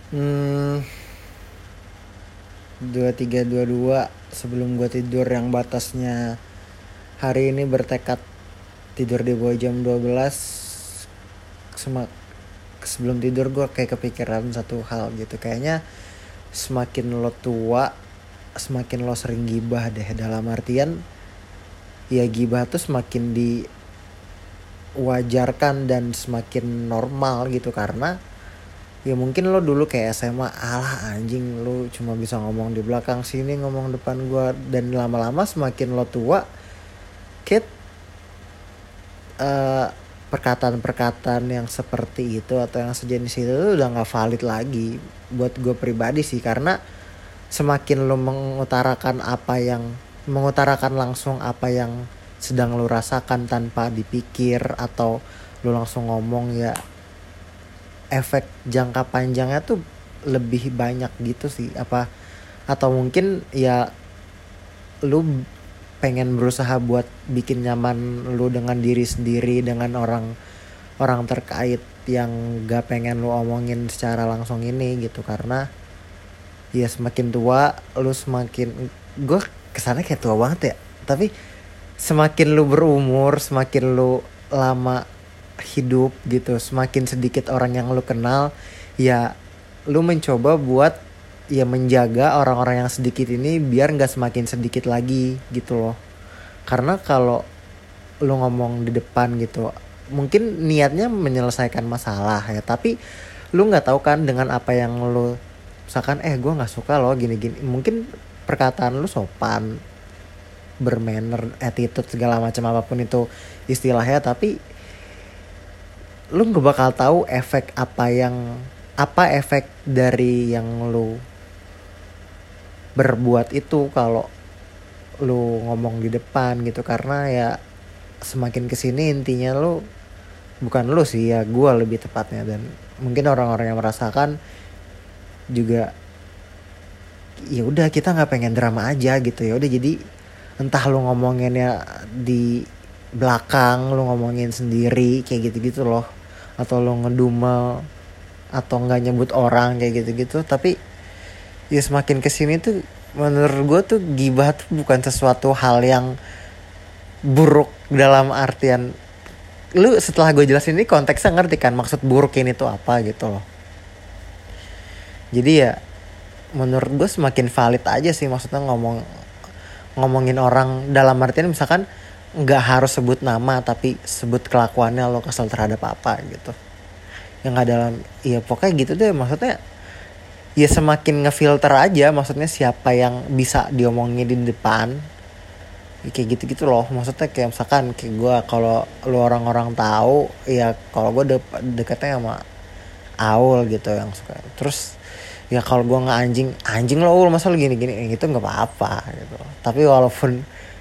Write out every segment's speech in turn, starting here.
23:22 sebelum gue tidur, yang batasnya hari ini bertekad tidur di bawah jam 12. Sebelum tidur gue kayak kepikiran satu hal gitu, kayaknya semakin lo tua semakin lo sering gibah deh. Dalam artian ya gibah tuh semakin diwajarkan dan semakin normal gitu, karena ya mungkin lo dulu kayak SMA, alah anjing lo cuma bisa ngomong di belakang sini, ngomong depan gue. Dan lama-lama semakin lo tua, kit perkataan-perkataan yang seperti itu atau yang sejenis itu tuh udah gak valid lagi buat gue pribadi sih. Karena semakin lo mengutarakan langsung apa yang sedang lo rasakan tanpa dipikir atau lo langsung ngomong, ya efek jangka panjangnya tuh lebih banyak gitu sih. Atau mungkin ya lu pengen berusaha buat bikin nyaman lu dengan diri sendiri, dengan orang terkait yang gak pengen lu omongin secara langsung ini gitu. Karena ya semakin tua lu semakin, gue kesannya kayak tua banget ya, tapi semakin lu berumur, semakin lu lama hidup gitu, semakin sedikit orang yang lu kenal, ya lu mencoba buat ya menjaga orang-orang yang sedikit ini biar gak semakin sedikit lagi gitu loh. Karena kalau lu ngomong di depan gitu, mungkin niatnya menyelesaikan masalah ya, tapi lu gak tahu kan dengan apa yang lu misalkan gue gak suka loh gini-gini, mungkin perkataan lu sopan, bermanner, attitude, segala macam apapun itu istilahnya, tapi lu gak bakal tahu efek efek dari yang lu berbuat itu kalau lu ngomong di depan gitu. Karena ya semakin kesini intinya bukan lu sih, ya gue lebih tepatnya, dan mungkin orang-orang yang merasakan juga ya udah kita nggak pengen drama aja gitu. Ya udah, jadi entah lu ngomonginnya di belakang, lu ngomongin sendiri kayak gitu-gitu loh, atau lu ngedumel atau nggak nyebut orang kayak gitu-gitu. Tapi ya semakin kesini tuh menurut gue tuh gibah tuh bukan sesuatu hal yang buruk, dalam artian lu setelah gue jelasin ini konteksnya ngerti kan maksud buruk ini tuh apa gitu loh. Jadi ya menurut gue semakin valid aja sih, maksudnya ngomongin orang dalam artian misalkan nggak harus sebut nama, tapi sebut kelakuannya lo kesel terhadap apa gitu. Yang nggak dalam, ya pokoknya gitu deh. Maksudnya ya semakin ngefilter aja, maksudnya siapa yang bisa diomongin di depan, kayak gitu-gitu loh. Maksudnya kayak misalkan kayak gue, kalau lu orang-orang tahu ya, kalau gue deketnya sama Aul gitu yang suka, terus ya kalau gue nggak anjing lo Ul, masa lu gini-gini gitu, nggak apa-apa gitu. Tapi walaupun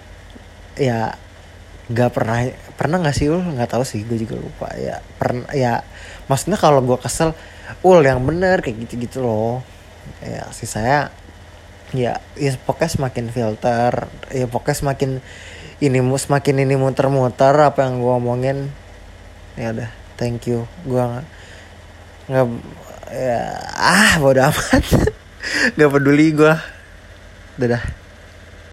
ya nggak pernah nggak sih Ul, nggak tahu sih, gue juga lupa ya. Pernah ya, maksudnya kalau gue kesel, Ul yang bener kayak gitu-gitu loh. Ya sih saya ya pokoknya semakin filter, ya pokoknya semakin ini muter-muter apa yang gue omongin. Ya udah, thank you, gue nggak ya bodo amat. Nggak peduli gue. Dadah.